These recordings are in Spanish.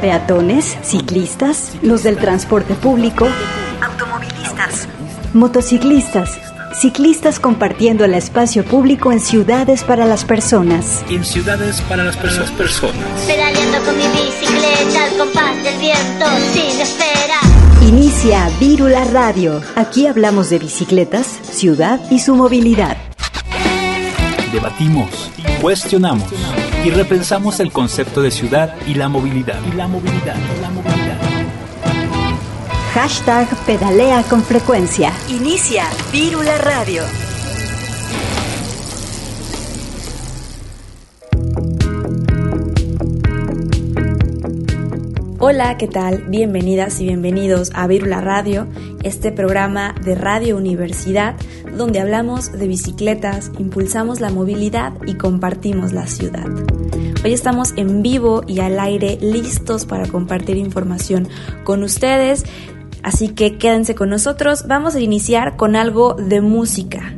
peatones, ciclistas, los del transporte público, automovilistas, motociclistas, ciclistas compartiendo el espacio público en ciudades para las personas. En ciudades para las personas. Pedaleando con mi bicicleta al compás del viento sin espera. Inicia Vírula Radio. Aquí hablamos de bicicletas, ciudad y su movilidad. Debatimos, cuestionamos y repensamos el concepto de ciudad y la movilidad. Hashtag pedalea con frecuencia. Inicia Vírula Radio. Hola, ¿qué tal? Bienvenidas y bienvenidos a Vírula Radio, este programa de Radio Universidad donde hablamos de bicicletas, impulsamos la movilidad y compartimos la ciudad. Hoy estamos en vivo y al aire, listos para compartir información con ustedes, así que quédense con nosotros. Vamos a iniciar con algo de música.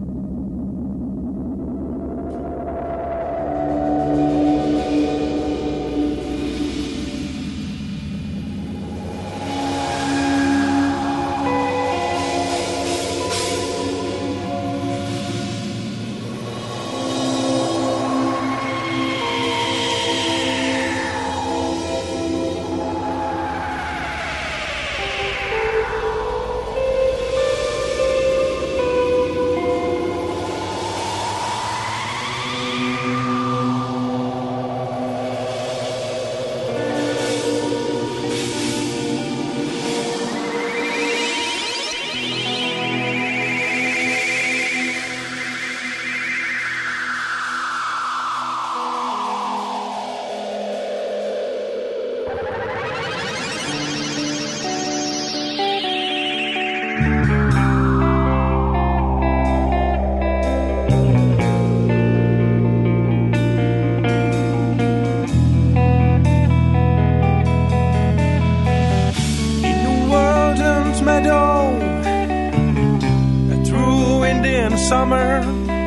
Summer,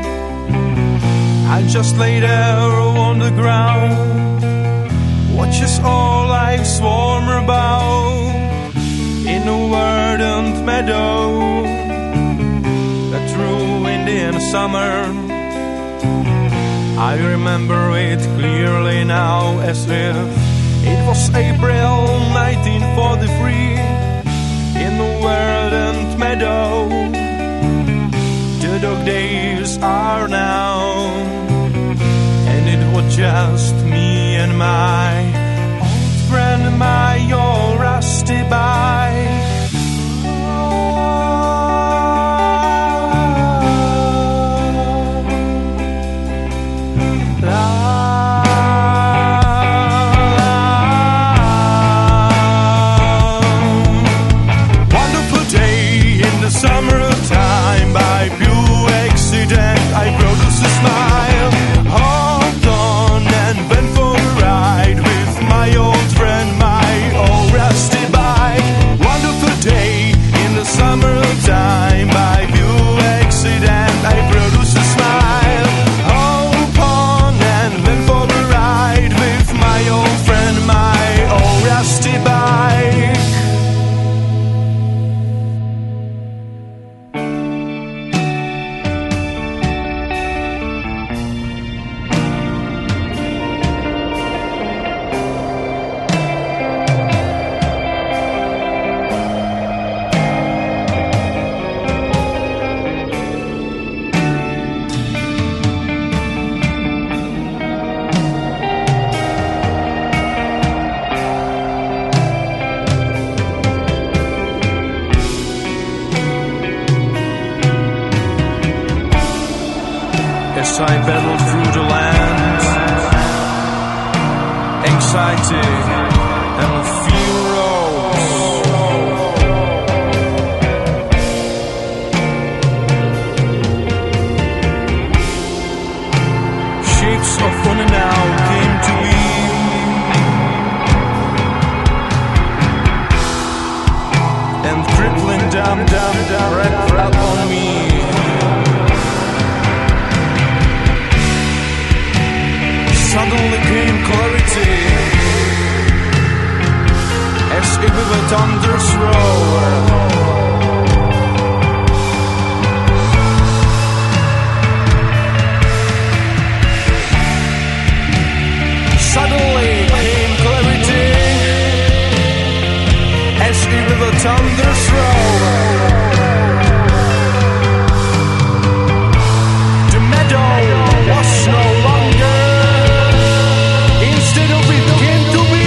I just lay there on the ground, watches all life swarm about in a verdant meadow that ruined in summer. I remember it clearly now as if it was April 1943 in the verdant meadow. The dog days are now, and it was just me and my old friend, my old rusty bike. Wonderful day in the summertime, by pure accident I produced a smile. Hopped on and went for a ride with my old friend, my old rusty bike. Wonderful day in the summertime, by pure accident I produced a smile. Hopped on and went for a ride with my old friend, my old rusty bike. As I pedaled through the land, anxiety and fear rose. Shapes of Unanau came to be, and crippling down, right on me. Suddenly came clarity. thunder's roar. Suddenly came clarity, as even the thunder's roar. The meadow was no longer, instead of it came to be.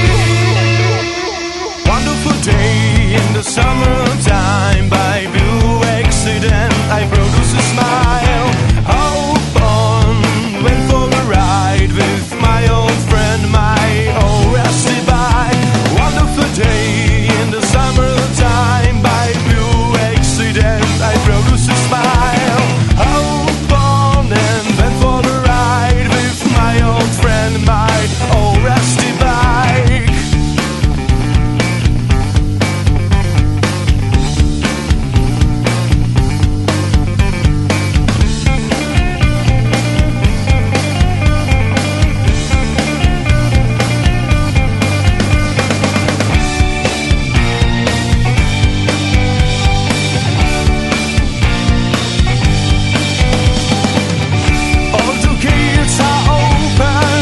Wonderful day in the summertime, by blue accident I produce a smile. Hope on, went for a ride with my old friend, my old rusty bike. Wonderful day in the summertime, by blue accident I produce a smile. Hope on and went for a ride with my old friend, my old rusty bike. All the gates are open.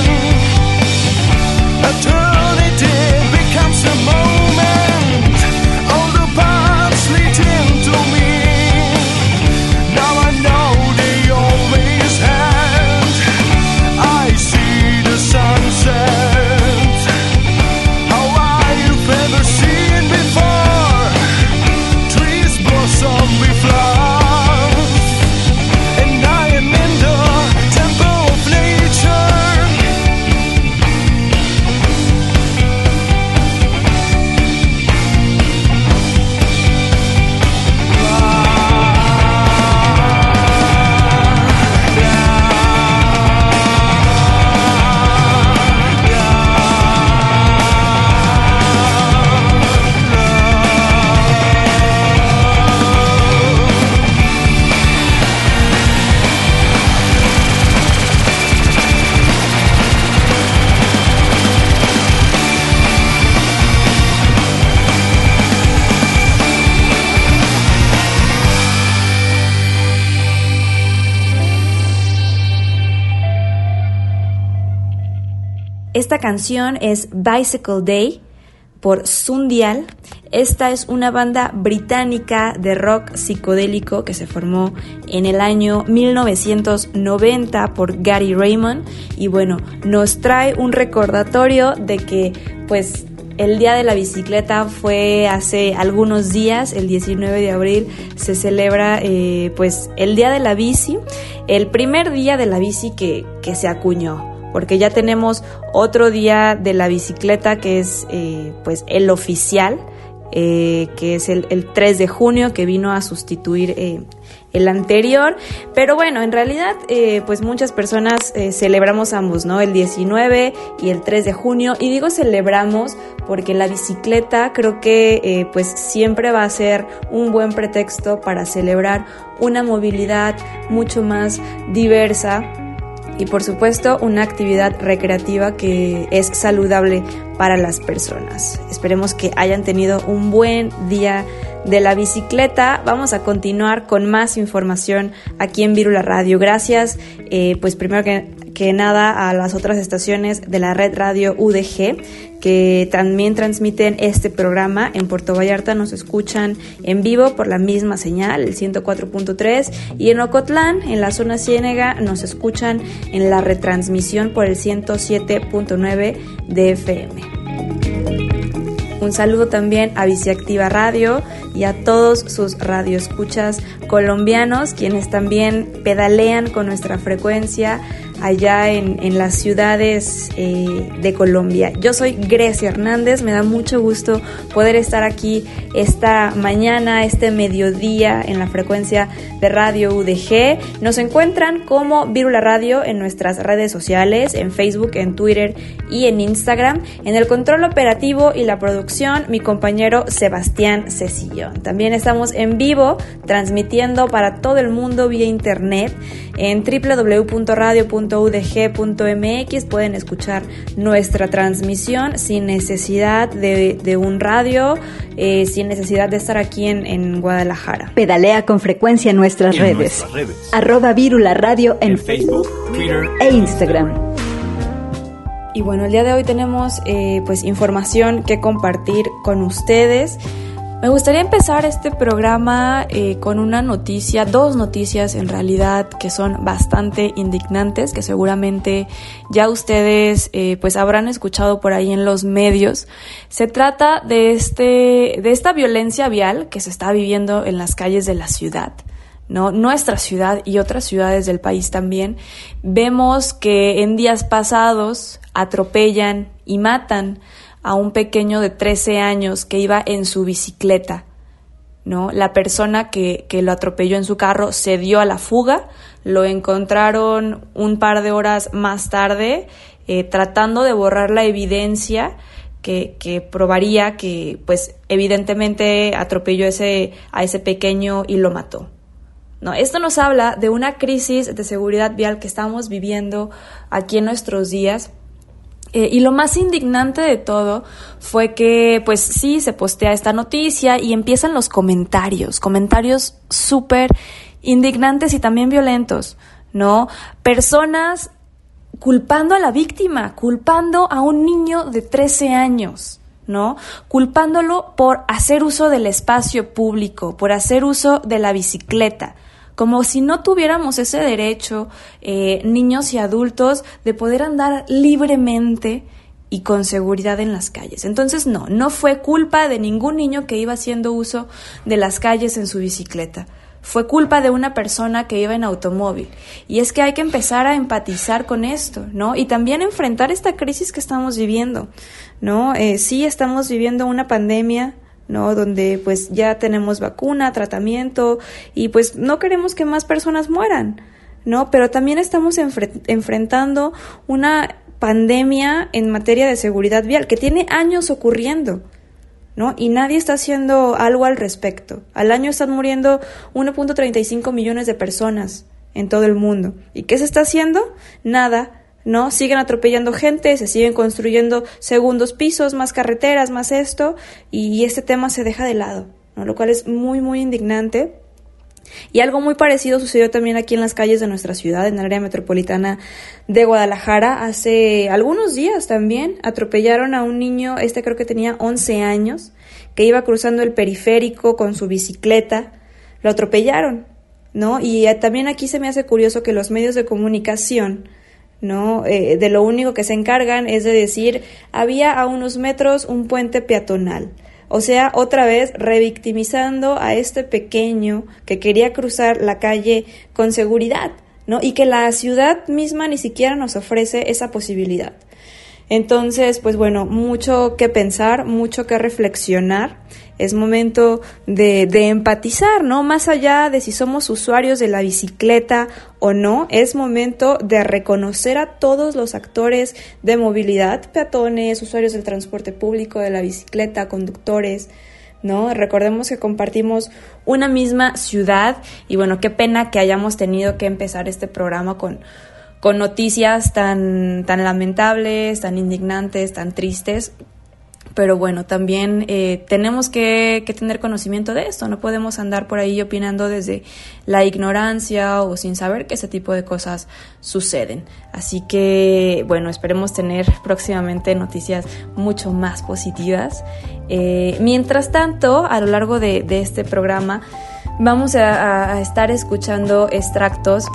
Eternity becomes a moment. All the paths lead into me. Now I know they always end. I see the sunset, how I've ever seen before. Trees blossom with love, and I am in the temple of nature. Esta canción es Bicycle Day por Sundial. Esta es una banda británica de rock psicodélico que se formó en el año 1990 por Gary Raymond, y bueno, nos trae un recordatorio de que pues el Día de la Bicicleta fue hace algunos días. El 19 de abril se celebra pues el Día de la Bici, el primer día de la bici que se acuñó, porque ya tenemos otro día de la bicicleta que es pues el oficial, que es el 3 de junio, que vino a sustituir el anterior. Pero bueno, en realidad pues muchas personas celebramos ambos, ¿no? El 19 y el 3 de junio. Y digo celebramos porque la bicicleta creo que pues siempre va a ser un buen pretexto para celebrar una movilidad mucho más diversa, y por supuesto una actividad recreativa que es saludable para las personas. Esperemos que hayan tenido un buen día de la bicicleta. Vamos a continuar con más información aquí en Vírula Radio. Gracias pues primero que nada a las otras estaciones de la red radio UDG que también transmiten este programa. En Puerto Vallarta nos escuchan en vivo por la misma señal, el 104.3, y en Ocotlán, en la zona Ciénega, nos escuchan en la retransmisión por el 107.9 de FM. Un saludo también a Biciactiva Radio y a todos sus radioescuchas colombianos, quienes también pedalean con nuestra frecuencia allá en las ciudades de Colombia. Yo soy Grecia Hernández, me da mucho gusto poder estar aquí esta mañana, este mediodía en la frecuencia de Radio UDG. Nos encuentran como Vírula Radio en nuestras redes sociales, en Facebook, en Twitter y en Instagram. En el control operativo y la producción, mi compañero Sebastián Cecillón. También estamos en vivo, transmitiendo para todo el mundo vía internet en www.radio.udg.mx. radio.udg.mx. Pueden escuchar nuestra transmisión sin necesidad de un radio, sin necesidad de estar aquí en Guadalajara. Pedalea con frecuencia en nuestras redes. @Vírula Radio en Facebook, Twitter e Instagram. Y bueno, el día de hoy tenemos pues información que compartir con ustedes. Me gustaría empezar este programa con una noticia, dos noticias en realidad que son bastante indignantes, que seguramente ya ustedes pues habrán escuchado por ahí en los medios. Se trata de esta violencia vial que se está viviendo en las calles de la ciudad, ¿no? Nuestra ciudad y otras ciudades del país también. Vemos que en días pasados atropellan y matan a un pequeño de 13 años que iba en su bicicleta, ¿no? La persona que lo atropelló en su carro se dio a la fuga, lo encontraron un par de horas más tarde tratando de borrar la evidencia que probaría que pues evidentemente atropelló a ese pequeño y lo mató. No, esto nos habla de una crisis de seguridad vial que estamos viviendo aquí en nuestros días. Y lo más indignante de todo fue que, pues sí, se postea esta noticia y empiezan los comentarios súper indignantes y también violentos, ¿no? Personas culpando a la víctima, culpando a un niño de 13 años, ¿no? Culpándolo por hacer uso del espacio público, por hacer uso de la bicicleta. Como si no tuviéramos ese derecho, niños y adultos, de poder andar libremente y con seguridad en las calles. Entonces no fue culpa de ningún niño que iba haciendo uso de las calles en su bicicleta. Fue culpa de una persona que iba en automóvil. Y es que hay que empezar a empatizar con esto, ¿no? Y también enfrentar esta crisis que estamos viviendo, ¿no? Sí, estamos viviendo una pandemia, ¿no? Donde pues ya tenemos vacuna, tratamiento y pues no queremos que más personas mueran, ¿no? Pero también estamos enfrentando una pandemia en materia de seguridad vial que tiene años ocurriendo, ¿no? Y nadie está haciendo algo al respecto. Al año están muriendo 1.35 millones de personas en todo el mundo. ¿Y qué se está haciendo? Nada, ¿no? Siguen atropellando gente, se siguen construyendo segundos pisos, más carreteras, más esto, y este tema se deja de lado, ¿no? Lo cual es muy, muy indignante. Y algo muy parecido sucedió también aquí en las calles de nuestra ciudad, en el área metropolitana de Guadalajara. Hace algunos días también atropellaron a un niño, creo que tenía 11 años, que iba cruzando el periférico con su bicicleta. Lo atropellaron, ¿no? Y también aquí se me hace curioso que los medios de comunicación, ¿no? De lo único que se encargan es de decir, había a unos metros un puente peatonal. O sea, otra vez revictimizando a este pequeño que quería cruzar la calle con seguridad, ¿no? Y que la ciudad misma ni siquiera nos ofrece esa posibilidad. Entonces, pues bueno, mucho que pensar, mucho que reflexionar. Es momento de empatizar, ¿no? Más allá de si somos usuarios de la bicicleta o no, es momento de reconocer a todos los actores de movilidad, peatones, usuarios del transporte público, de la bicicleta, conductres, ¿no? Recordemos que compartimos una misma ciudad y bueno, qué pena que hayamos tenido que empezar este programa con noticias tan lamentables, tan indignantes, tan tristes. Pero bueno, también tenemos que tener conocimiento de esto. No podemos andar por ahí opinando desde la ignorancia o sin saber que ese tipo de cosas suceden. Así que, bueno, esperemos tener próximamente noticias mucho más positivas. Mientras tanto, a lo largo de este programa, vamos a estar escuchando extractos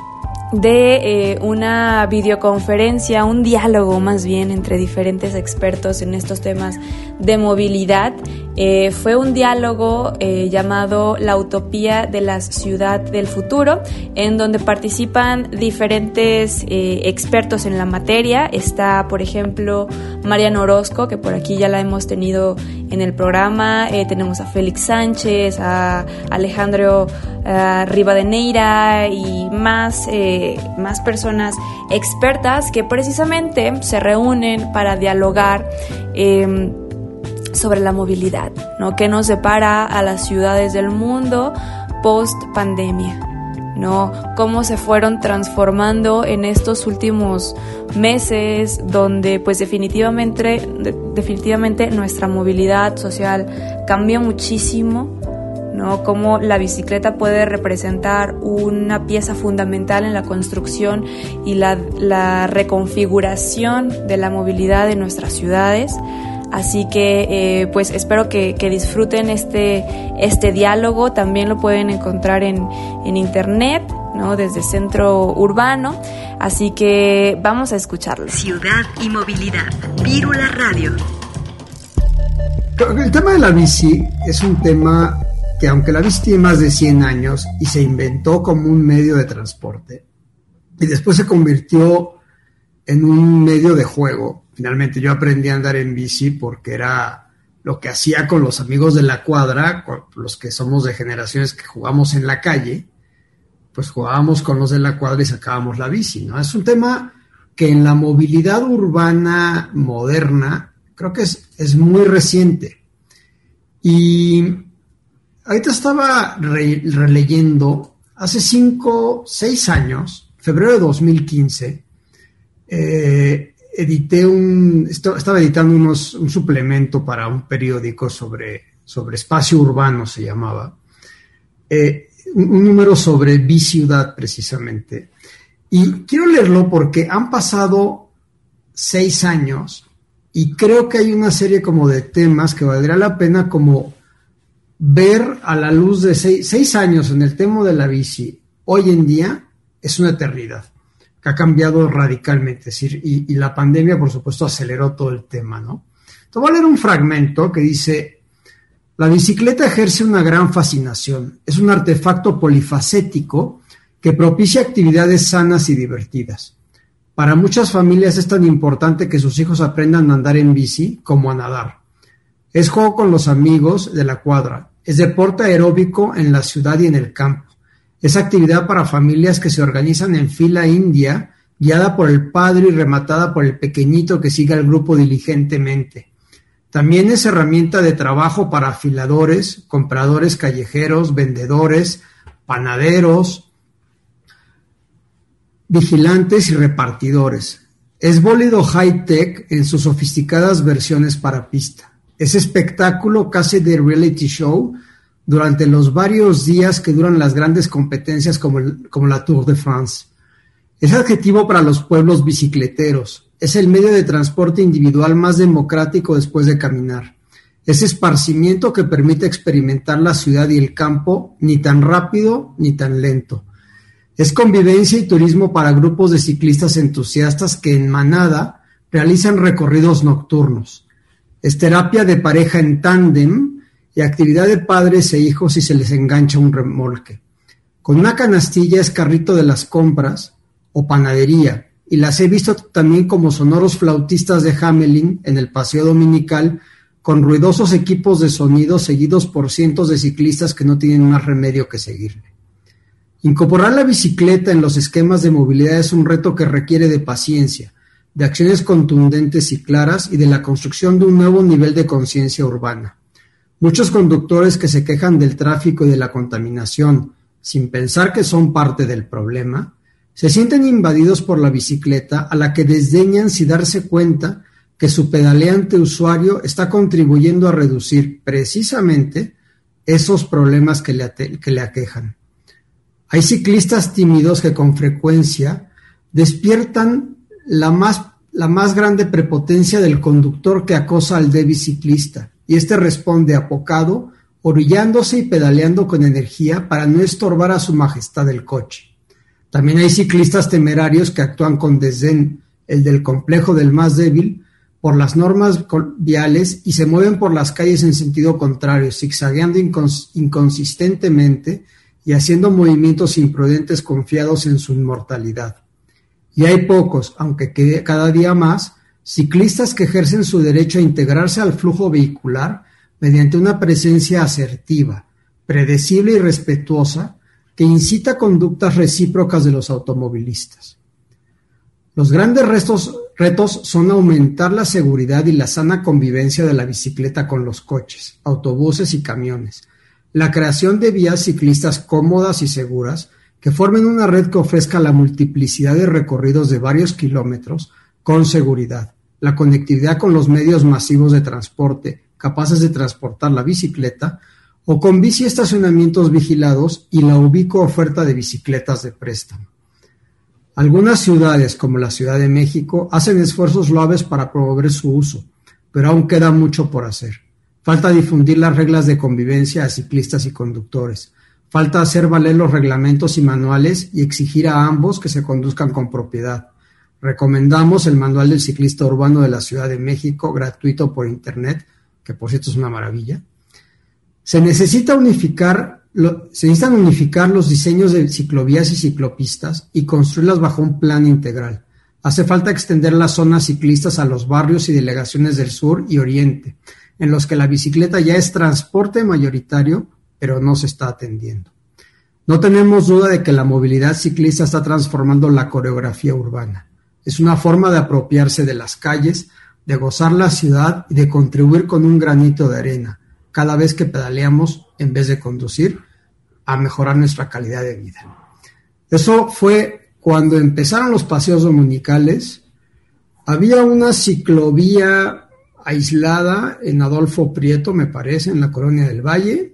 de una videoconferencia, un diálogo más bien entre diferentes expertos en estos temas de movilidad. Fue un diálogo llamado La Utopía de la Ciudad del Futuro, en donde participan diferentes expertos en la materia. Está, por ejemplo, Mariana Orozco, que por aquí ya la hemos tenido en el programa. Tenemos a Félix Sánchez, a Alejandro Rivadeneira y más personas expertas que precisamente se reúnen para dialogar sobre la movilidad, ¿no? ¿Qué nos depara a las ciudades del mundo post pandemia? ¿no? Cómo se fueron transformando en estos últimos meses, donde pues definitivamente nuestra movilidad social cambió muchísimo, ¿no? Cómo la bicicleta puede representar una pieza fundamental en la construcción y la reconfiguración de la movilidad de nuestras ciudades. Así que pues espero que disfruten este diálogo. También lo pueden encontrar en internet, ¿no? Desde Centro Urbano. Así que vamos a escucharlo. Ciudad y movilidad. Vírula Radio. El tema de la bici es un tema que, aunque la bici tiene más de 100 años y se inventó como un medio de transporte y después se convirtió en un medio de juego. Finalmente yo aprendí a andar en bici porque era lo que hacía con los amigos de la cuadra, con los que somos de generaciones que jugamos en la calle, pues jugábamos con los de la cuadra y sacábamos la bici, ¿no? Es un tema que en la movilidad urbana moderna creo que es muy reciente. Y ahorita estaba releyendo, hace 6 años, febrero de 2015, estaba editando un suplemento para un periódico sobre espacio urbano, se llamaba, un número sobre biciudad precisamente, y quiero leerlo porque han pasado 6 años y creo que hay una serie como de temas que valdría la pena como ver a la luz de 6 años en el tema de la bici. Hoy en día es una eternidad que ha cambiado radicalmente, es decir, y la pandemia, por supuesto, aceleró todo el tema, ¿no? Te voy a leer un fragmento que dice: la bicicleta ejerce una gran fascinación. Es un artefacto polifacético que propicia actividades sanas y divertidas. Para muchas familias es tan importante que sus hijos aprendan a andar en bici como a nadar. Es juego con los amigos de la cuadra. Es deporte aeróbico en la ciudad y en el campo. Es actividad para familias que se organizan en fila india, guiada por el padre y rematada por el pequeñito que sigue al grupo diligentemente. También es herramienta de trabajo para afiladores, compradores callejeros, vendedores, panaderos, vigilantes y repartidores. Es bólido high-tech en sus sofisticadas versiones para pista. Es espectáculo casi de reality show durante los varios días que duran las grandes competencias como la Tour de France. Es adjetivo para los pueblos bicicleteros. Es el medio de transporte individual más democrático después de caminar. Es esparcimiento que permite experimentar la ciudad y el campo ni tan rápido ni tan lento. Es convivencia y turismo para grupos de ciclistas entusiastas que en manada realizan recorridos nocturnos. Es terapia de pareja en tándem y actividad de padres e hijos si se les engancha un remolque. Con una canastilla es carrito de las compras o panadería, y las he visto también como sonoros flautistas de Hamelin en el paseo dominical, con ruidosos equipos de sonido seguidos por cientos de ciclistas que no tienen más remedio que seguirle. Incorporar la bicicleta en los esquemas de movilidad es un reto que requiere de paciencia, de acciones contundentes y claras y de la construcción de un nuevo nivel de conciencia urbana. Muchos conductores que se quejan del tráfico y de la contaminación, sin pensar que son parte del problema, se sienten invadidos por la bicicleta, a la que desdeñan sin darse cuenta que su pedaleante usuario está contribuyendo a reducir precisamente esos problemas que le aquejan. Hay ciclistas tímidos que con frecuencia despiertan la más grande prepotencia del conductor que acosa al débil ciclista, y éste responde apocado, orillándose y pedaleando con energía para no estorbar a su majestad el coche. También hay ciclistas temerarios que actúan con desdén, el del complejo del más débil, por las normas viales y se mueven por las calles en sentido contrario, zigzagueando inconsistentemente y haciendo movimientos imprudentes confiados en su inmortalidad. Y hay pocos, aunque cada día más, ciclistas que ejercen su derecho a integrarse al flujo vehicular mediante una presencia asertiva, predecible y respetuosa, que incita conductas recíprocas de los automovilistas. Los grandes retos son aumentar la seguridad y la sana convivencia de la bicicleta con los coches, autobuses y camiones, la creación de vías ciclistas cómodas y seguras que formen una red que ofrezca la multiplicidad de recorridos de varios kilómetros con seguridad, la conectividad con los medios masivos de transporte capaces de transportar la bicicleta, o con bici estacionamientos vigilados y la ubico oferta de bicicletas de préstamo. Algunas ciudades, como la Ciudad de México, hacen esfuerzos loables para promover su uso, pero aún queda mucho por hacer. Falta difundir las reglas de convivencia a ciclistas y conductores. Falta hacer valer los reglamentos y manuales y exigir a ambos que se conduzcan con propiedad. Recomendamos el Manual del Ciclista Urbano de la Ciudad de México, gratuito por internet, que por cierto es una maravilla. Se necesitan unificar los diseños de ciclovías y ciclopistas y construirlas bajo un plan integral. Hace falta extender las zonas ciclistas a los barrios y delegaciones del sur y oriente, en los que la bicicleta ya es transporte mayoritario, pero no se está atendiendo. No tenemos duda de que la movilidad ciclista está transformando la coreografía urbana. Es una forma de apropiarse de las calles, de gozar la ciudad y de contribuir con un granito de arena, cada vez que pedaleamos, en vez de conducir, a mejorar nuestra calidad de vida. Eso fue cuando empezaron los paseos dominicales. Había una ciclovía aislada en Adolfo Prieto, me parece, en la Colonia del Valle,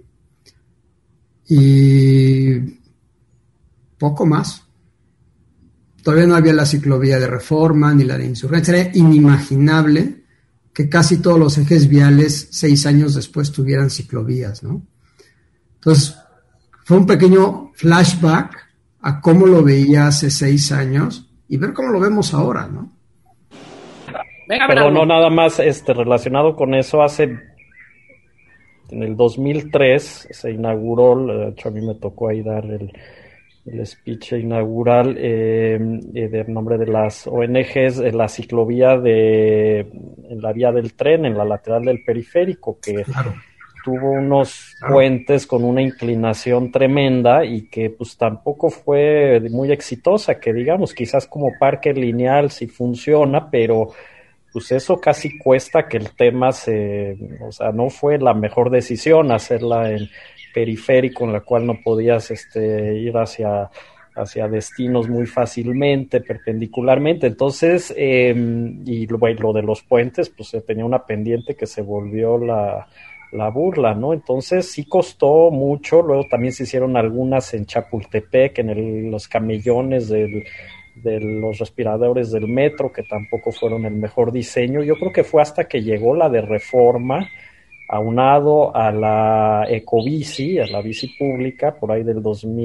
y poco más. Todavía no había la ciclovía de Reforma ni la de Insurgencia. Era inimaginable que casi todos los ejes viales 6 años después tuvieran ciclovías, ¿no? Entonces, fue un pequeño flashback a cómo lo veía hace 6 años y ver cómo lo vemos ahora, ¿no? Pero no nada más relacionado con eso, en el 2003 se inauguró, de hecho a mí me tocó ahí dar el speech inaugural del nombre de las ONGs, la ciclovía en la vía del tren, en la lateral del periférico, que claro, tuvo unos puentes con una inclinación tremenda y que pues tampoco fue muy exitosa, que digamos, quizás como parque lineal sí funciona, pero pues eso casi cuesta que el tema no fue la mejor decisión hacerla en periférico, en la cual no podías ir hacia destinos muy fácilmente, perpendicularmente. Entonces, y lo de los puentes, pues se tenía una pendiente que se volvió la burla, ¿no? Entonces sí costó mucho. Luego también se hicieron algunas en Chapultepec, en los camellones de los respiradores del metro, que tampoco fueron el mejor diseño. Yo creo que fue hasta que llegó la de Reforma, aunado a la ecobici, a la bici pública, por ahí del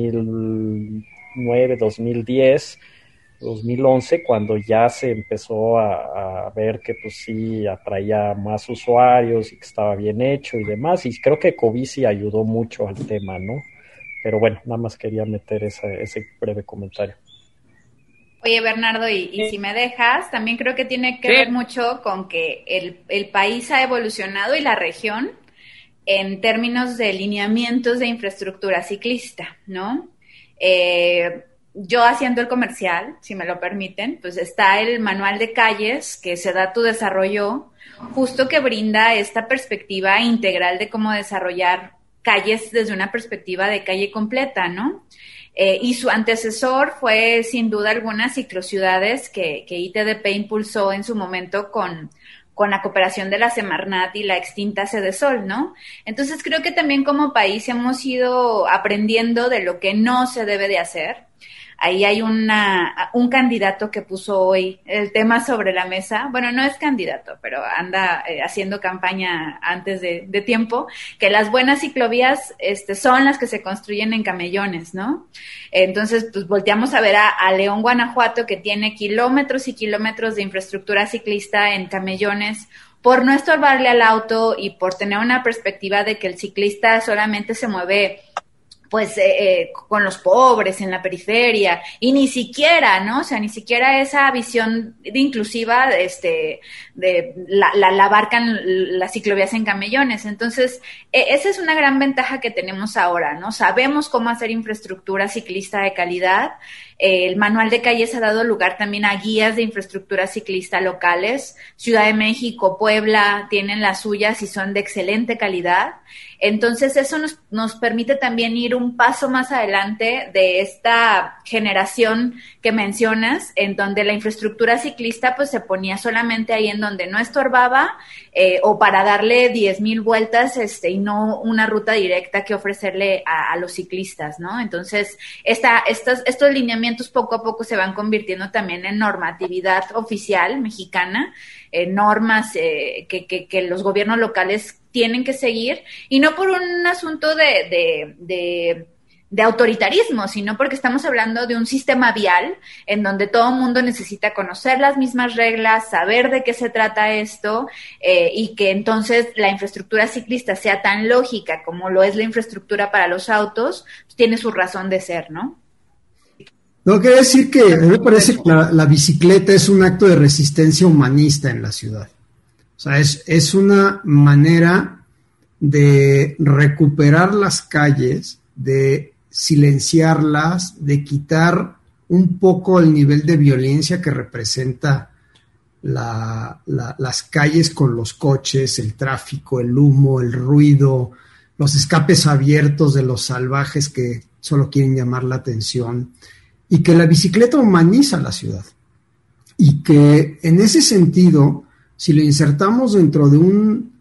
2009, 2010, 2011, cuando ya se empezó a ver que pues sí atraía más usuarios y que estaba bien hecho y demás, y creo que ecobici ayudó mucho al tema, ¿no? Pero bueno, nada más quería meter ese breve comentario. Oye, Bernardo, y si me dejas, también creo que tiene que ver mucho con que el país ha evolucionado y la región en términos de lineamientos de infraestructura ciclista, ¿no? Yo haciendo el comercial, si me lo permiten, pues está el manual de calles que Sedatu desarrolló, justo que brinda esta perspectiva integral de cómo desarrollar calles desde una perspectiva de calle completa, ¿no? Y su antecesor fue sin duda algunas ciclociudades que ITDP impulsó en su momento con la cooperación de la Semarnat y la extinta Sedesol, ¿no? Entonces creo que también como país hemos ido aprendiendo de lo que no se debe de hacer. Ahí hay un candidato que puso hoy el tema sobre la mesa. Bueno, no es candidato, pero anda haciendo campaña antes de tiempo, que las buenas ciclovías son las que se construyen en camellones, ¿no? Entonces, pues volteamos a ver a León, Guanajuato, que tiene kilómetros y kilómetros de infraestructura ciclista en camellones, por no estorbarle al auto y por tener una perspectiva de que el ciclista solamente se mueve pues con los pobres en la periferia, y ni siquiera, ¿no? O sea, ni siquiera esa visión de inclusiva la abarcan las ciclovías en camellones. Entonces, esa es una gran ventaja que tenemos ahora, ¿no? Sabemos cómo hacer infraestructura ciclista de calidad, El manual de calles ha dado lugar también a guías de infraestructura ciclista locales. Ciudad de México, Puebla tienen las suyas y son de excelente calidad. Entonces eso nos permite también ir un paso más adelante de esta generación que mencionas, en donde la infraestructura ciclista pues se ponía solamente ahí en donde no estorbaba, o para darle 10,000 vueltas y no una ruta directa que ofrecerle a los ciclistas, ¿no? Entonces estos lineamientos poco a poco se van convirtiendo también en normatividad oficial mexicana, normas que los gobiernos locales tienen que seguir, y no por un asunto de autoritarismo, sino porque estamos hablando de un sistema vial en donde todo el mundo necesita conocer las mismas reglas, saber de qué se trata esto, y que entonces la infraestructura ciclista sea tan lógica como lo es la infraestructura para los autos, pues tiene su razón de ser, ¿no? No, quiero decir que a mí me parece que la bicicleta es un acto de resistencia humanista en la ciudad. O sea, es una manera de recuperar las calles, de silenciarlas, de quitar un poco el nivel de violencia que representa las calles con los coches, el tráfico, el humo, el ruido, los escapes abiertos de los salvajes que solo quieren llamar la atención, y que la bicicleta humaniza la ciudad. Y que en ese sentido, si lo insertamos dentro de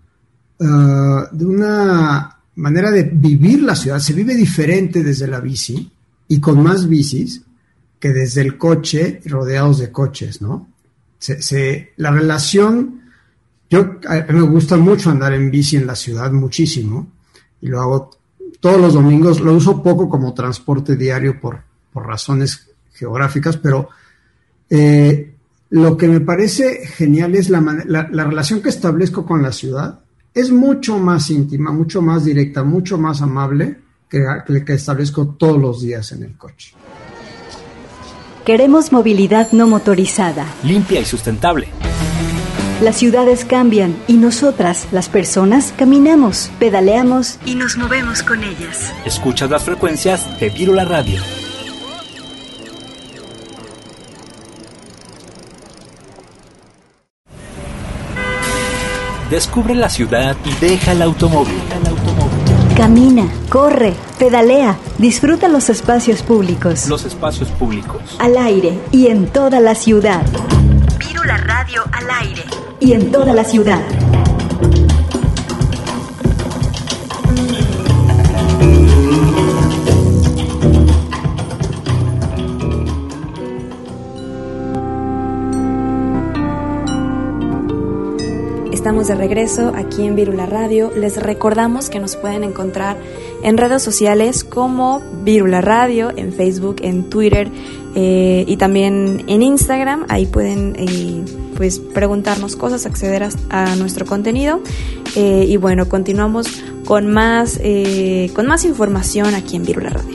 una manera de vivir la ciudad, se vive diferente desde la bici y con más bicis que desde el coche rodeados de coches, ¿no? La relación, a mí me gusta mucho andar en bici en la ciudad, muchísimo, y lo hago todos los domingos. Lo uso poco como transporte diario por razones geográficas, pero lo que me parece genial es la relación que establezco con la ciudad. Es mucho más íntima, mucho más directa, mucho más amable que establezco todos los días en el coche. Queremos movilidad no motorizada, limpia y sustentable. Las ciudades cambian y nosotras, las personas, caminamos, pedaleamos y nos movemos con ellas. Escuchas las frecuencias de Vírula Radio. Descubre la ciudad y deja el automóvil. Camina, corre, pedalea, disfruta los espacios públicos. Los espacios públicos. Al aire y en toda la ciudad. Vírula Radio al aire y en toda la ciudad. Estamos de regreso aquí en Vírula Radio. Les recordamos que nos pueden encontrar en redes sociales como Vírula Radio, en Facebook, en Twitter, y también en Instagram. Ahí pueden pues preguntarnos cosas, acceder a nuestro contenido, y bueno, continuamos con más información aquí en Vírula Radio.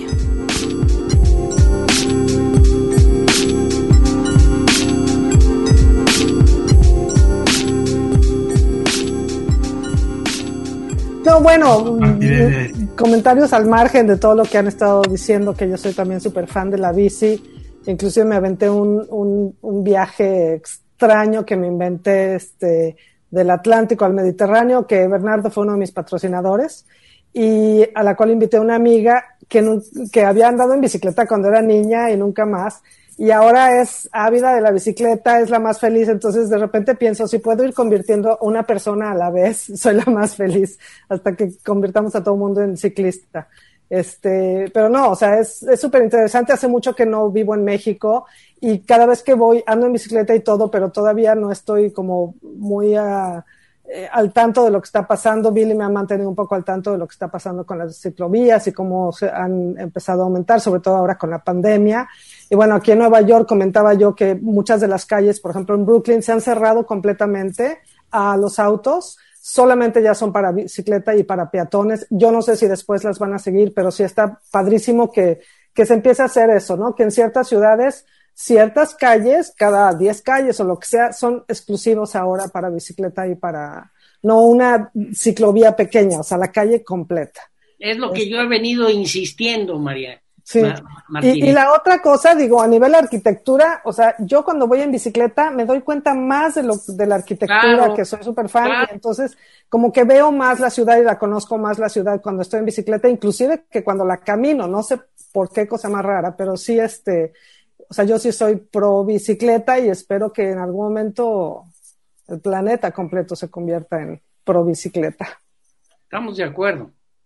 No, bueno, comentarios al margen de todo lo que han estado diciendo, que yo soy también súper fan de la bici. Inclusive me aventé un viaje extraño que me inventé del Atlántico al Mediterráneo, que Bernardo fue uno de mis patrocinadores, y a la cual invité a una amiga que había andado en bicicleta cuando era niña y nunca más, y ahora es ávida de la bicicleta, es la más feliz. Entonces de repente pienso, si puedo ir convirtiendo una persona a la vez, soy la más feliz, hasta que convirtamos a todo el mundo en ciclista. Pero no, o sea, es súper interesante. Hace mucho que no vivo en México y cada vez que voy ando en bicicleta y todo, pero todavía no estoy como muy al tanto de lo que está pasando. Billy me ha mantenido un poco al tanto de lo que está pasando con las ciclovías y cómo se han empezado a aumentar, sobre todo ahora con la pandemia. Y bueno, aquí en Nueva York comentaba yo que muchas de las calles, por ejemplo en Brooklyn, se han cerrado completamente a los autos. Solamente ya son para bicicleta y para peatones. Yo no sé si después las van a seguir, pero sí está padrísimo que se empiece a hacer eso, ¿no? Que en ciertas ciudades, ciertas calles, cada 10 calles o lo que sea, son exclusivos ahora para bicicleta y para, no una ciclovía pequeña, o sea, la calle completa. Es lo que yo he venido insistiendo, María. Sí. Y la otra cosa, digo, a nivel de arquitectura, o sea, yo cuando voy en bicicleta me doy cuenta más de la arquitectura, que soy súper fan, y entonces como que veo más la ciudad y la conozco más la ciudad cuando estoy en bicicleta, inclusive que cuando la camino, no sé por qué cosa más rara, pero sí, o sea, yo sí soy pro bicicleta y espero que en algún momento el planeta completo se convierta en pro bicicleta. Estamos de acuerdo.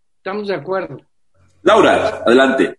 Laura, adelante.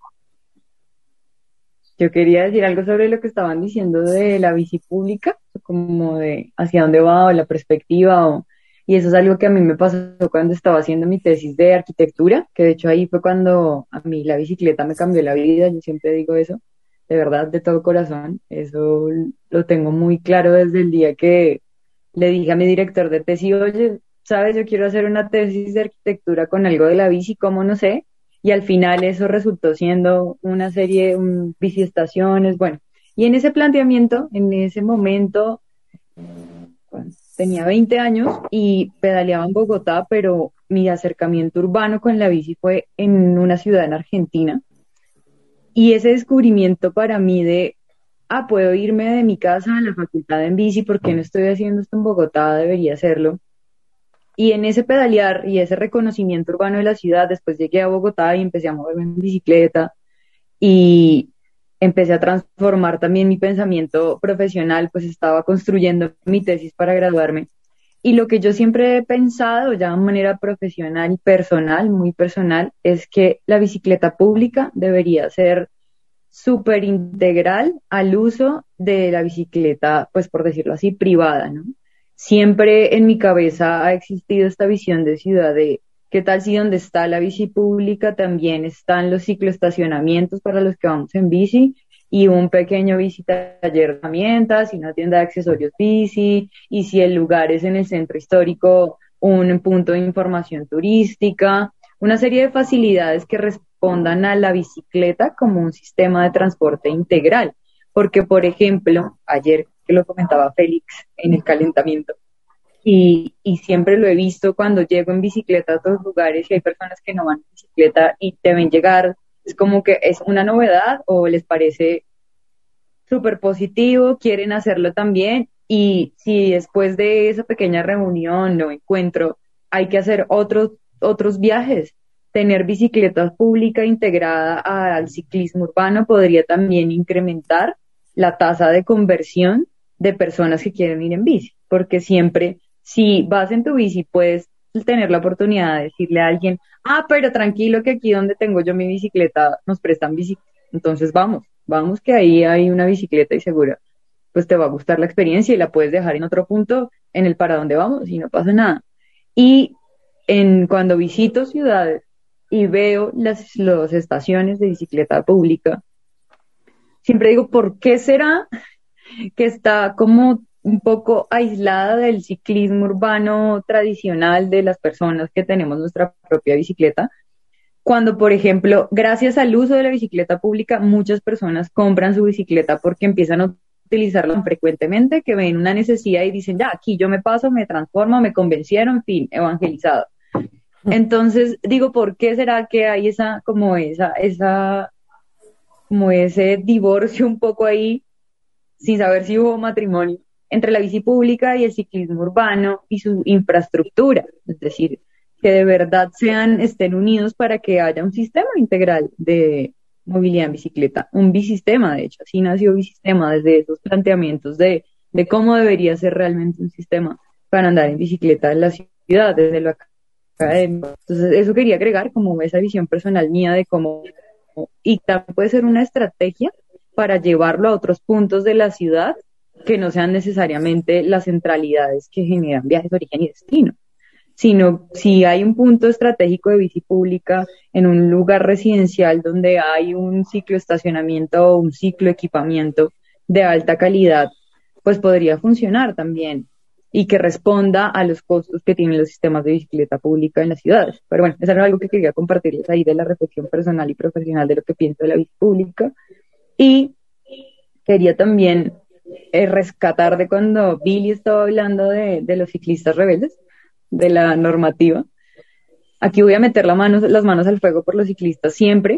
Yo quería decir algo sobre lo que estaban diciendo de la bici pública, como de hacia dónde va o la perspectiva, y eso es algo que a mí me pasó cuando estaba haciendo mi tesis de arquitectura, que de hecho ahí fue cuando a mí la bicicleta me cambió la vida. Yo siempre digo eso, de verdad, de todo corazón. Eso lo tengo muy claro desde el día que le dije a mi director de tesis, oye, ¿sabes? Yo quiero hacer una tesis de arquitectura con algo de la bici, ¿cómo? No sé. Y al final eso resultó siendo una serie, biciestaciones, bueno. Y en ese planteamiento, en ese momento, tenía 20 años y pedaleaba en Bogotá, pero mi acercamiento urbano con la bici fue en una ciudad en Argentina. Y ese descubrimiento para mí de, puedo irme de mi casa a la facultad en bici, ¿por qué no estoy haciendo esto en Bogotá? Debería hacerlo. Y en ese pedalear y ese reconocimiento urbano de la ciudad, después llegué a Bogotá y empecé a moverme en bicicleta y empecé a transformar también mi pensamiento profesional, pues estaba construyendo mi tesis para graduarme. Y lo que yo siempre he pensado, ya de manera profesional y personal, muy personal, es que la bicicleta pública debería ser súper integral al uso de la bicicleta, pues por decirlo así, privada, ¿no? Siempre en mi cabeza ha existido esta visión de ciudad de qué tal si donde está la bici pública también están los cicloestacionamientos para los que vamos en bici y un pequeño bicitaller de herramientas y una tienda de accesorios bici, y si el lugar es en el centro histórico, un punto de información turística, una serie de facilidades que respondan a la bicicleta como un sistema de transporte integral. Porque, por ejemplo, ayer que lo comentaba Félix en el calentamiento, y siempre lo he visto cuando llego en bicicleta a otros lugares y hay personas que no van en bicicleta y te ven llegar, es como que es una novedad o les parece súper positivo, quieren hacerlo también, y si después de esa pequeña reunión o encuentro hay que hacer otros viajes, tener bicicleta pública integrada al ciclismo urbano podría también incrementar la tasa de conversión de personas que quieren ir en bici, porque siempre, si vas en tu bici, puedes tener la oportunidad de decirle a alguien, pero tranquilo que aquí donde tengo yo mi bicicleta nos prestan bici, entonces vamos que ahí hay una bicicleta y segura, pues te va a gustar la experiencia y la puedes dejar en otro punto en el para dónde vamos y no pasa nada. Y cuando visito ciudades y veo las estaciones de bicicleta pública, siempre digo, ¿por qué será que está como un poco aislada del ciclismo urbano tradicional de las personas que tenemos nuestra propia bicicleta? Cuando, por ejemplo, gracias al uso de la bicicleta pública, muchas personas compran su bicicleta porque empiezan a utilizarla frecuentemente, que ven una necesidad y dicen, ya, aquí yo me paso, me transformo, me convencieron, fin, evangelizado. Entonces, digo, ¿por qué será que hay como ese divorcio un poco ahí, sin saber si hubo matrimonio, entre la bici pública y el ciclismo urbano y su infraestructura? Es decir, que de verdad estén unidos para que haya un sistema integral de movilidad en bicicleta, un bisistema, de hecho, así nació Bisistema, desde esos planteamientos de cómo debería ser realmente un sistema para andar en bicicleta en la ciudad, desde lo académico. Entonces, eso quería agregar como esa visión personal mía de cómo, y también puede ser una estrategia para llevarlo a otros puntos de la ciudad que no sean necesariamente las centralidades que generan viajes de origen y destino, sino si hay un punto estratégico de bici pública en un lugar residencial donde hay un cicloestacionamiento o un cicloequipamiento de alta calidad, pues podría funcionar también y que responda a los costos que tienen los sistemas de bicicleta pública en las ciudades. Pero bueno, eso era algo que quería compartirles ahí de la reflexión personal y profesional de lo que pienso de la bici pública. Y quería también rescatar de cuando Billy estaba hablando de los ciclistas rebeldes, de la normativa. Aquí voy a meter las manos al fuego por los ciclistas siempre,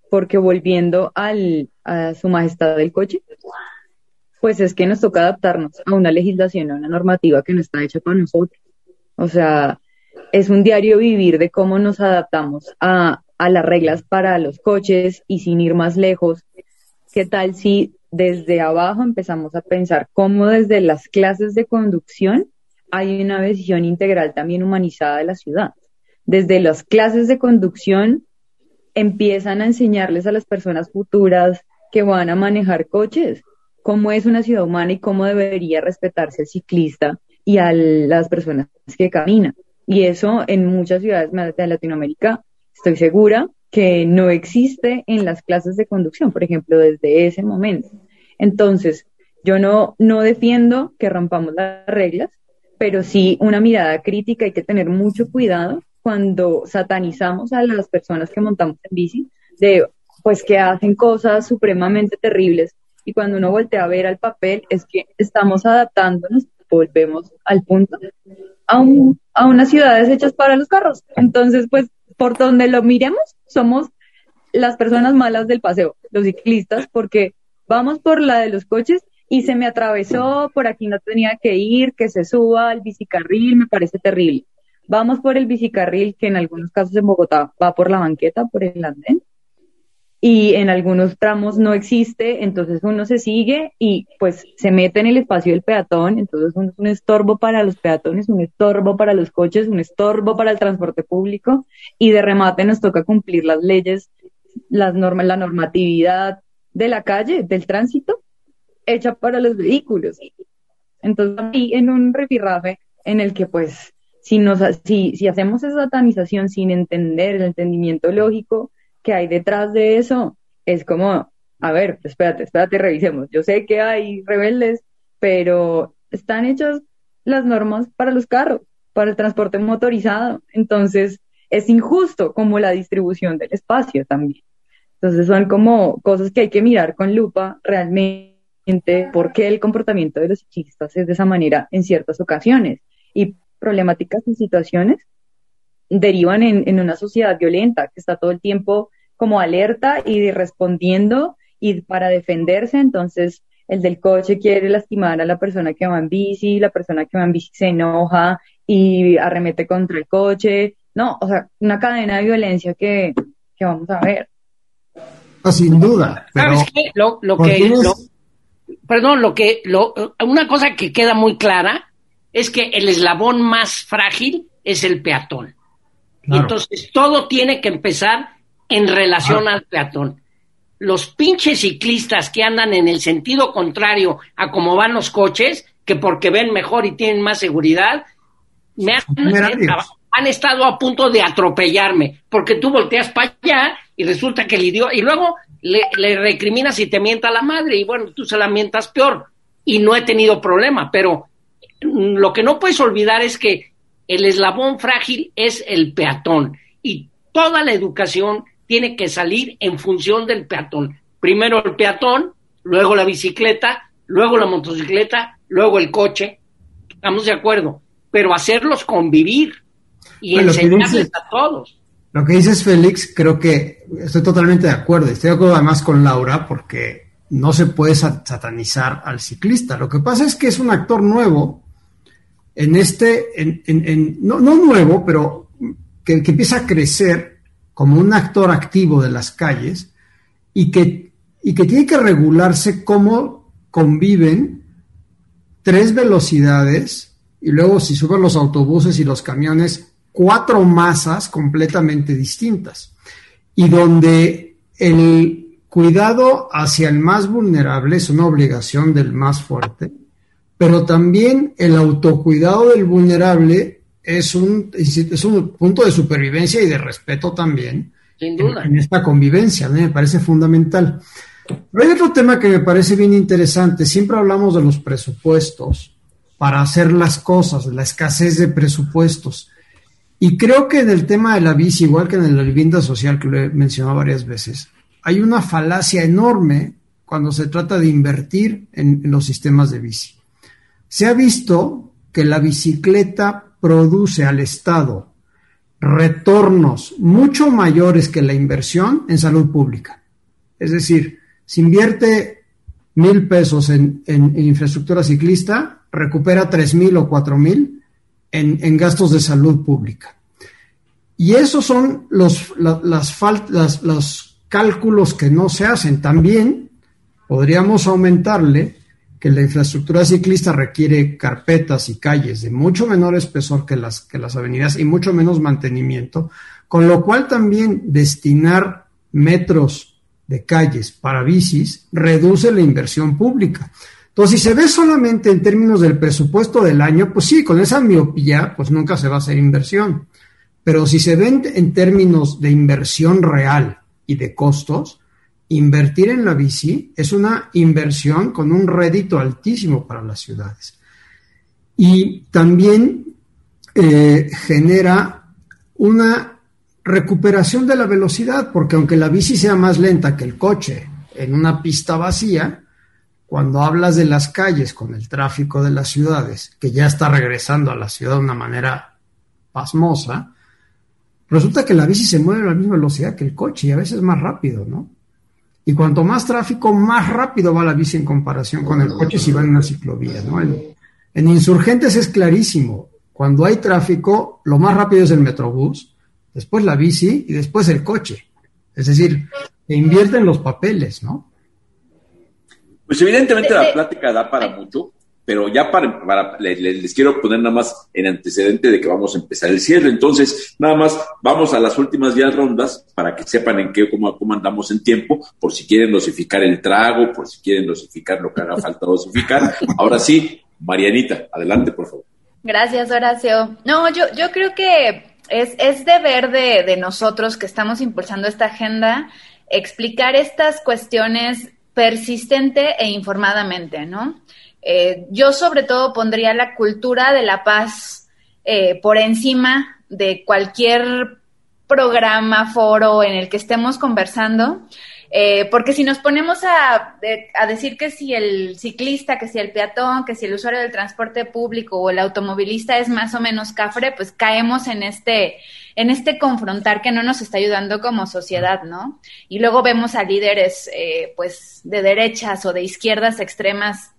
porque volviendo a su majestad del coche, pues es que nos toca adaptarnos a una legislación, a una normativa que no está hecha para nosotros. O sea, es un diario vivir de cómo nos adaptamos a las reglas para los coches, y sin ir más lejos, ¿qué tal si desde abajo empezamos a pensar cómo desde las clases de conducción hay una visión integral también humanizada de la ciudad? Desde las clases de conducción empiezan a enseñarles a las personas futuras que van a manejar coches cómo es una ciudad humana y cómo debería respetarse al ciclista y a las personas que caminan. Y eso en muchas ciudades de Latinoamérica estoy segura que no existe en las clases de conducción, por ejemplo, desde ese momento. Entonces, yo no defiendo que rompamos las reglas, pero sí una mirada crítica. Hay que tener mucho cuidado cuando satanizamos a las personas que montamos en bici, pues que hacen cosas supremamente terribles, y cuando uno voltea a ver al papel es que estamos adaptándonos, volvemos al punto, a unas ciudades hechas para los carros. Entonces, pues, por donde lo miremos, somos las personas malas del paseo, los ciclistas, porque vamos por la de los coches y se me atravesó, por aquí no tenía que ir, que se suba al bicicarril, me parece terrible. Vamos por el bicicarril, que en algunos casos en Bogotá va por la banqueta, por el andén, y en algunos tramos no existe, entonces uno se sigue y pues se mete en el espacio del peatón, entonces uno es un estorbo para los peatones, un estorbo para los coches, un estorbo para el transporte público, y de remate nos toca cumplir las leyes, las normas, la normatividad de la calle, del tránsito, hecha para los vehículos. Entonces, ahí en un rifirrafe en el que pues si hacemos esa satanización sin entender el entendimiento lógico que hay detrás de eso, es como, a ver, espérate, revisemos. Yo sé que hay rebeldes, pero están hechas las normas para los carros, para el transporte motorizado. Entonces, es injusto como la distribución del espacio también. Entonces, son como cosas que hay que mirar con lupa realmente, por qué el comportamiento de los ciclistas es de esa manera en ciertas ocasiones. Y problemáticas y situaciones derivan en una sociedad violenta que está todo el tiempo como alerta y respondiendo y para defenderse. Entonces el del coche quiere lastimar a la persona que va en bici, la persona que va en bici se enoja y arremete contra el coche. No, o sea, una cadena de violencia que vamos a ver. No, sin duda. Pero ¿sabes qué? Una cosa que queda muy clara es que el eslabón más frágil es el peatón. Claro. Y entonces todo tiene que empezar en relación al peatón. Los pinches ciclistas que andan en el sentido contrario a cómo van los coches, que porque ven mejor y tienen más seguridad, han estado a punto de atropellarme, porque tú volteas para allá y resulta que el idiota, y luego le recriminas y te mienta la madre, y bueno, tú se la mientas peor, y no he tenido problema, pero lo que no puedes olvidar es que el eslabón frágil es el peatón, y toda la educación tiene que salir en función del peatón. Primero el peatón, luego la bicicleta, luego la motocicleta, luego el coche. Estamos de acuerdo, pero hacerlos convivir y enseñarles a todos. Lo que dices, Félix, creo que estoy totalmente de acuerdo. Estoy de acuerdo además con Laura, porque no se puede satanizar al ciclista. Lo que pasa es que es un actor nuevo no nuevo, pero que empieza a crecer como un actor activo de las calles y que tiene que regularse cómo conviven 3 velocidades y luego, si suben los autobuses y los camiones, 4 masas completamente distintas, y donde el cuidado hacia el más vulnerable es una obligación del más fuerte, pero también el autocuidado del vulnerable es un punto de supervivencia y de respeto también. Sin duda. En esta convivencia, ¿no? Me parece fundamental. Pero hay otro tema que me parece bien interesante. Siempre hablamos de los presupuestos para hacer las cosas, de la escasez de presupuestos. Y creo que en el tema de la bici, igual que en el de la vivienda social, que lo he mencionado varias veces, hay una falacia enorme cuando se trata de invertir en los sistemas de bici. Se ha visto que la bicicleta produce al Estado retornos mucho mayores que la inversión en salud pública. Es decir, si invierte 1,000 pesos en infraestructura ciclista, recupera 3,000 o 4,000 en gastos de salud pública. Y esos son los cálculos que no se hacen. También podríamos aumentarle que la infraestructura ciclista requiere carpetas y calles de mucho menor espesor que las avenidas y mucho menos mantenimiento, con lo cual también destinar metros de calles para bicis reduce la inversión pública. Entonces, si se ve solamente en términos del presupuesto del año, pues sí, con esa miopía, pues nunca se va a hacer inversión. Pero si se ven en términos de inversión real y de costos, invertir en la bici es una inversión con un rédito altísimo para las ciudades. Y también genera una recuperación de la velocidad, porque aunque la bici sea más lenta que el coche en una pista vacía, cuando hablas de las calles con el tráfico de las ciudades, que ya está regresando a la ciudad de una manera pasmosa, resulta que la bici se mueve a la misma velocidad que el coche y a veces más rápido, ¿no? Y cuanto más tráfico, más rápido va la bici en comparación con el coche si va en una ciclovía, ¿no? En Insurgentes es clarísimo. Cuando hay tráfico, lo más rápido es el Metrobús, después la bici y después el coche. Es decir, se invierten los papeles, ¿no? Pues evidentemente la plática da para mucho, pero ya les quiero poner nada más en antecedente de que vamos a empezar el cierre. Entonces, nada más vamos a las últimas 10 rondas para que sepan en qué, cómo andamos en tiempo, por si quieren dosificar el trago, por si quieren dosificar lo que haga falta dosificar. Ahora sí, Marianita, adelante, por favor. Gracias, Horacio. No, yo creo que es deber de nosotros que estamos impulsando esta agenda explicar estas cuestiones persistente e informadamente, ¿no? Yo sobre todo pondría la cultura de la paz por encima de cualquier programa, foro en el que estemos conversando, porque si nos ponemos a decir que si el ciclista, que si el peatón, que si el usuario del transporte público o el automovilista es más o menos cafre, pues caemos en este confrontar que no nos está ayudando como sociedad, ¿no? Y luego vemos a líderes pues de derechas o de izquierdas extremas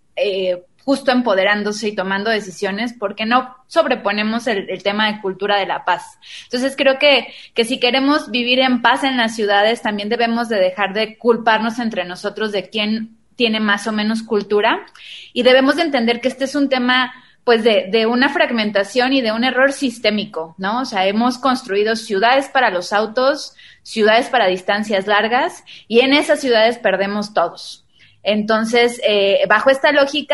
justo empoderándose y tomando decisiones porque no sobreponemos el tema de cultura de la paz. Entonces creo que si queremos vivir en paz en las ciudades también debemos de dejar de culparnos entre nosotros de quién tiene más o menos cultura y debemos de entender que este es un tema pues de una fragmentación y de un error sistémico, ¿no? O sea, hemos construido ciudades para los autos, ciudades para distancias largas y en esas ciudades perdemos todos. Entonces, bajo esta lógica,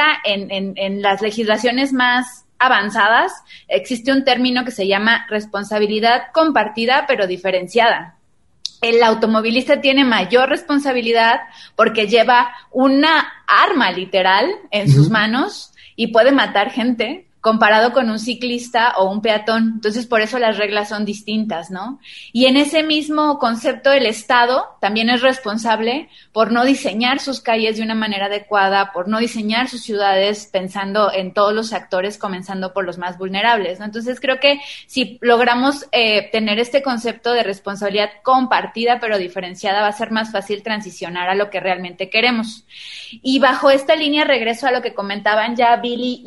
en las legislaciones más avanzadas existe un término que se llama responsabilidad compartida pero diferenciada. El automovilista tiene mayor responsabilidad porque lleva una arma literal en sus manos y puede matar gente comparado con un ciclista o un peatón. Entonces, por eso las reglas son distintas, ¿no? Y en ese mismo concepto, el Estado también es responsable por no diseñar sus calles de una manera adecuada, por no diseñar sus ciudades pensando en todos los actores, comenzando por los más vulnerables, ¿no? Entonces, creo que si logramos tener este concepto de responsabilidad compartida pero diferenciada, va a ser más fácil transicionar a lo que realmente queremos. Y bajo esta línea regreso a lo que comentaban ya Billy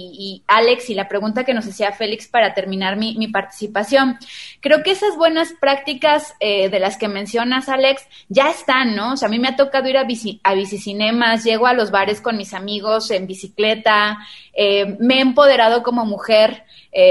y Alex, y la pregunta que nos hacía Félix para terminar mi participación. Creo que esas buenas prácticas de las que mencionas, Alex, ya están, ¿no? O sea, a mí me ha tocado ir a bicicinemas, llego a los bares con mis amigos en bicicleta, me he empoderado como mujer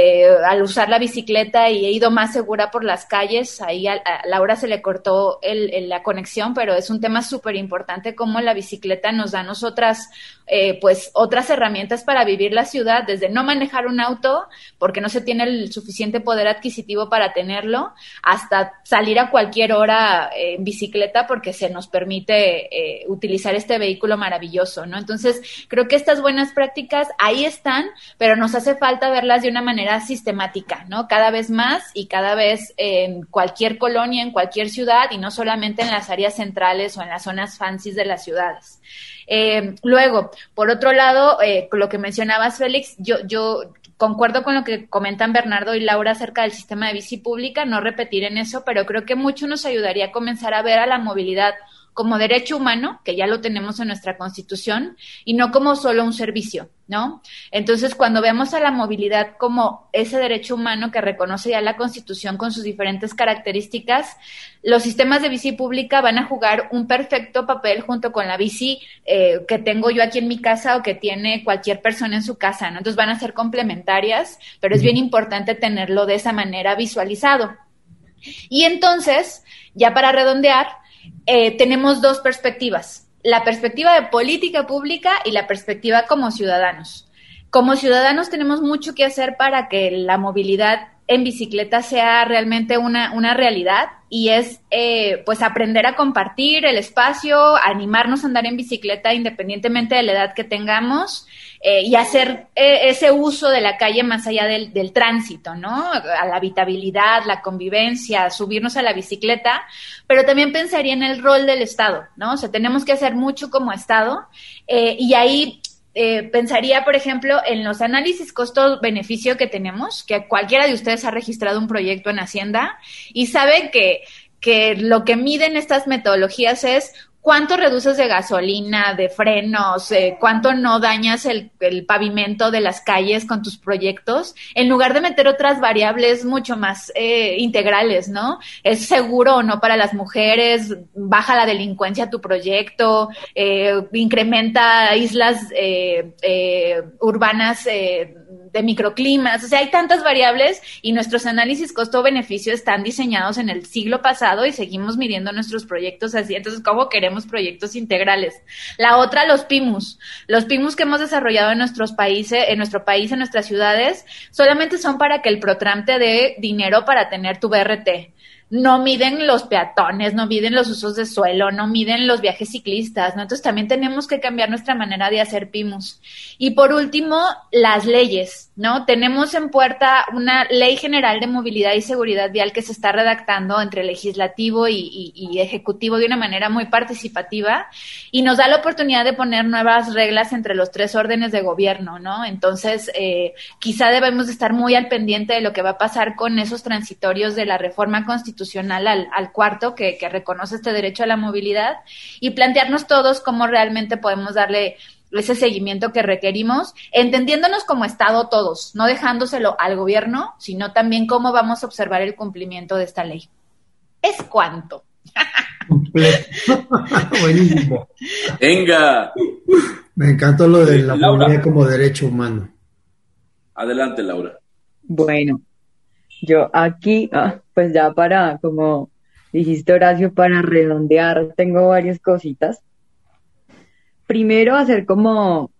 al usar la bicicleta y he ido más segura por las calles. Ahí a Laura se le cortó la conexión, pero es un tema súper importante cómo la bicicleta nos da a nosotras pues otras herramientas para vivir la ciudad, desde no manejar un auto porque no se tiene el suficiente poder adquisitivo para tenerlo, hasta salir a cualquier hora en bicicleta porque se nos permite utilizar este vehículo maravilloso, ¿no? Entonces, creo que estas buenas prácticas ahí están, pero nos hace falta verlas de una manera sistemática, ¿no? Cada vez más y cada vez en cualquier colonia, en cualquier ciudad y no solamente en las áreas centrales o en las zonas fancies de las ciudades. Luego, por otro lado, lo que mencionabas, Félix, yo concuerdo con lo que comentan Bernardo y Laura acerca del sistema de bici pública, no repetir en eso, pero creo que mucho nos ayudaría a comenzar a ver a la movilidad como derecho humano, que ya lo tenemos en nuestra Constitución, y no como solo un servicio, ¿no? Entonces, cuando vemos a la movilidad como ese derecho humano que reconoce ya la Constitución con sus diferentes características, los sistemas de bici pública van a jugar un perfecto papel junto con la bici que tengo yo aquí en mi casa o que tiene cualquier persona en su casa, ¿no? Entonces van a ser complementarias, pero es bien importante tenerlo de esa manera visualizado. Y entonces, ya para redondear, tenemos dos perspectivas, la perspectiva de política pública y la perspectiva como ciudadanos. Como ciudadanos tenemos mucho que hacer para que la movilidad en bicicleta sea realmente una realidad, y es pues aprender a compartir el espacio, animarnos a andar en bicicleta independientemente de la edad que tengamos, y hacer ese uso de la calle más allá del tránsito, ¿no? A la habitabilidad, la convivencia, subirnos a la bicicleta, pero también pensaría en el rol del Estado, ¿no? O sea, tenemos que hacer mucho como Estado, y ahí pensaría, por ejemplo, en los análisis costo-beneficio que tenemos, que cualquiera de ustedes ha registrado un proyecto en Hacienda y sabe que lo que miden estas metodologías es cuánto reduces de gasolina, de frenos, cuánto no dañas el pavimento de las calles con tus proyectos, en lugar de meter otras variables mucho más integrales, ¿no? ¿Es seguro o no para las mujeres? ¿Baja la delincuencia tu proyecto? ¿Incrementa islas urbanas de microclimas? O sea, hay tantas variables y nuestros análisis costo-beneficio están diseñados en el siglo pasado y seguimos midiendo nuestros proyectos así. Entonces, ¿cómo queremos proyectos integrales? La otra, los PIMUS. Los PIMUS que hemos desarrollado en nuestro país, en nuestras ciudades, solamente son para que el Protram te dé dinero para tener tu BRT. No miden los peatones, no miden los usos de suelo, no miden los viajes ciclistas, ¿no? Entonces también tenemos que cambiar nuestra manera de hacer PIMUS. Y por último, las leyes, ¿no? Tenemos en puerta una ley general de movilidad y seguridad vial que se está redactando entre legislativo y ejecutivo de una manera muy participativa, y nos da la oportunidad de poner nuevas reglas entre los tres órdenes de gobierno, ¿no? Entonces, quizá debemos de estar muy al pendiente de lo que va a pasar con esos transitorios de la reforma constitucional al cuarto que reconoce este derecho a la movilidad, y plantearnos todos cómo realmente podemos darle ese seguimiento que requerimos, entendiéndonos como Estado todos, no dejándoselo al gobierno, sino también cómo vamos a observar el cumplimiento de esta ley. ¿Es cuánto? Buenísimo. Venga. Me encantó lo de la movilidad como derecho humano. Adelante, Laura. Bueno, yo aquí, pues ya para, como dijiste, Horacio, para redondear, tengo varias cositas. Primero, hacer como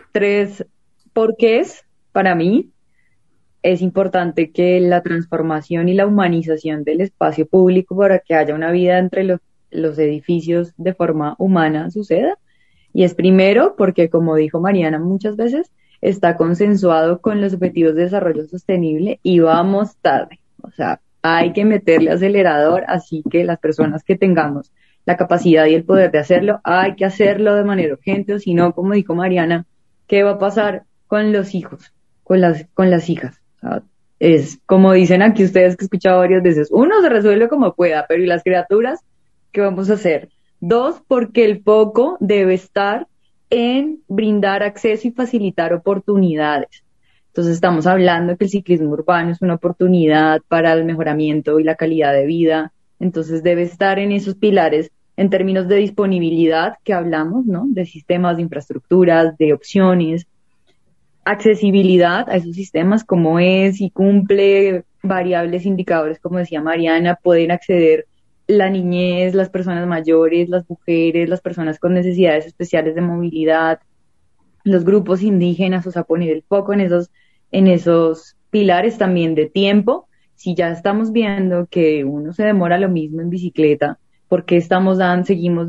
3 porqués. Para mí es importante que la transformación y la humanización del espacio público para que haya una vida entre los edificios de forma humana suceda. Y es primero porque, como dijo Mariana muchas veces, está consensuado con los Objetivos de Desarrollo Sostenible y vamos tarde. O sea, hay que meterle acelerador, así que las personas que tengamos la capacidad y el poder de hacerlo, hay que hacerlo de manera urgente, o si no, como dijo Mariana, ¿qué va a pasar con los hijos, con las hijas? O sea, es como dicen aquí ustedes, que he escuchado varias veces, uno se resuelve como pueda, pero ¿y las criaturas? ¿Qué vamos a hacer? 2, porque el foco debe estar en brindar acceso y facilitar oportunidades. Entonces estamos hablando que el ciclismo urbano es una oportunidad para el mejoramiento y la calidad de vida. Entonces debe estar en esos pilares en términos de disponibilidad que hablamos, ¿no? De sistemas, de infraestructuras, de opciones, accesibilidad a esos sistemas, como es y cumple variables, indicadores, como decía Mariana, pueden acceder la niñez, las personas mayores, las mujeres, las personas con necesidades especiales de movilidad, los grupos indígenas, o sea, poner el foco en esos pilares también de tiempo. Si ya estamos viendo que uno se demora lo mismo en bicicleta, ¿por qué seguimos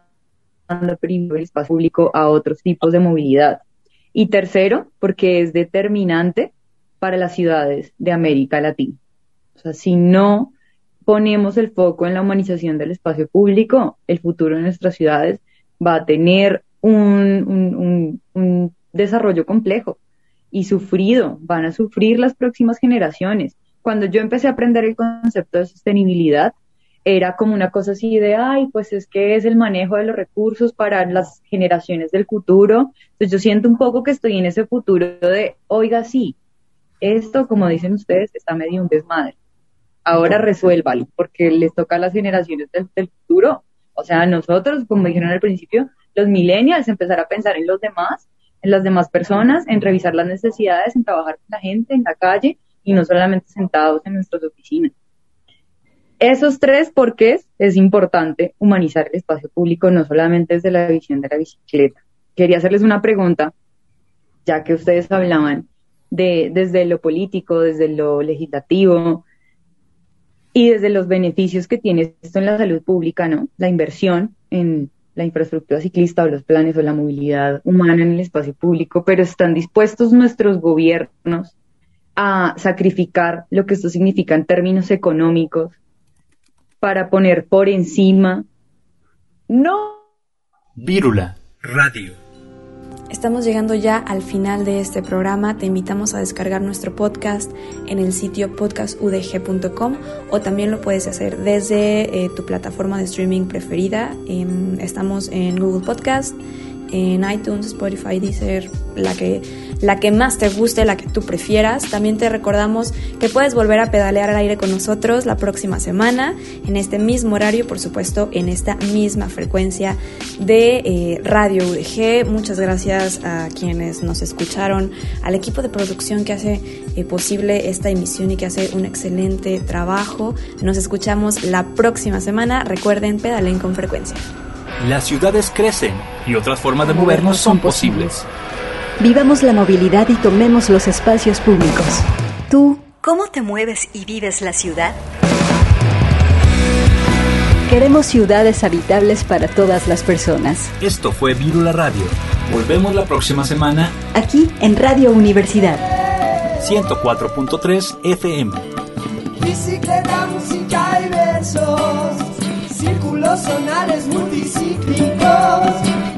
dando primero el espacio público a otros tipos de movilidad? Y tercero, porque es determinante para las ciudades de América Latina. O sea, si no ponemos el foco en la humanización del espacio público, el futuro de nuestras ciudades va a tener un desarrollo complejo. y sufrido, van a sufrir las próximas generaciones. Cuando yo empecé a aprender el concepto de sostenibilidad, era como una cosa así de, ay, pues es que es el manejo de los recursos para las generaciones del futuro. Entonces yo siento un poco que estoy en ese futuro de, oiga, sí, esto, como dicen ustedes, está medio un desmadre. Ahora resuélvalo, porque les toca a las generaciones del futuro. O sea, nosotros, como dijeron al principio, los millennials, empezar a pensar en los demás, en las demás personas, en revisar las necesidades, en trabajar con la gente en la calle y no solamente sentados en nuestras oficinas. Esos 3 porqués es importante humanizar el espacio público, no solamente desde la visión de la bicicleta. Quería hacerles una pregunta, ya que ustedes hablaban desde lo político, desde lo legislativo y desde los beneficios que tiene esto en la salud pública, ¿no? La inversión en la infraestructura ciclista o los planes o la movilidad humana en el espacio público, pero ¿están dispuestos nuestros gobiernos a sacrificar lo que esto significa en términos económicos para poner por encima? No. Vírula Radio. Estamos llegando ya al final de este programa. Te invitamos a descargar nuestro podcast en el sitio podcastudg.com o también lo puedes hacer desde tu plataforma de streaming preferida. Estamos en Google Podcast, en iTunes, Spotify, Deezer, la que más te guste, la que tú prefieras. También te recordamos que puedes volver a pedalear al aire con nosotros la próxima semana, en este mismo horario, por supuesto, en esta misma frecuencia de Radio UDG. Muchas gracias a quienes nos escucharon, al equipo de producción que hace posible esta emisión y que hace un excelente trabajo. Nos escuchamos la próxima semana. Recuerden, pedaleen con frecuencia. Las ciudades crecen y otras formas de movernos son posibles. Vivamos la movilidad y tomemos los espacios públicos. ¿Tú cómo te mueves y vives la ciudad? Queremos ciudades habitables para todas las personas. Esto fue Vírula Radio. Volvemos la próxima semana. Aquí en Radio Universidad. 104.3 FM. Bicicleta, música y versos. Círculos sonales multicíclicos.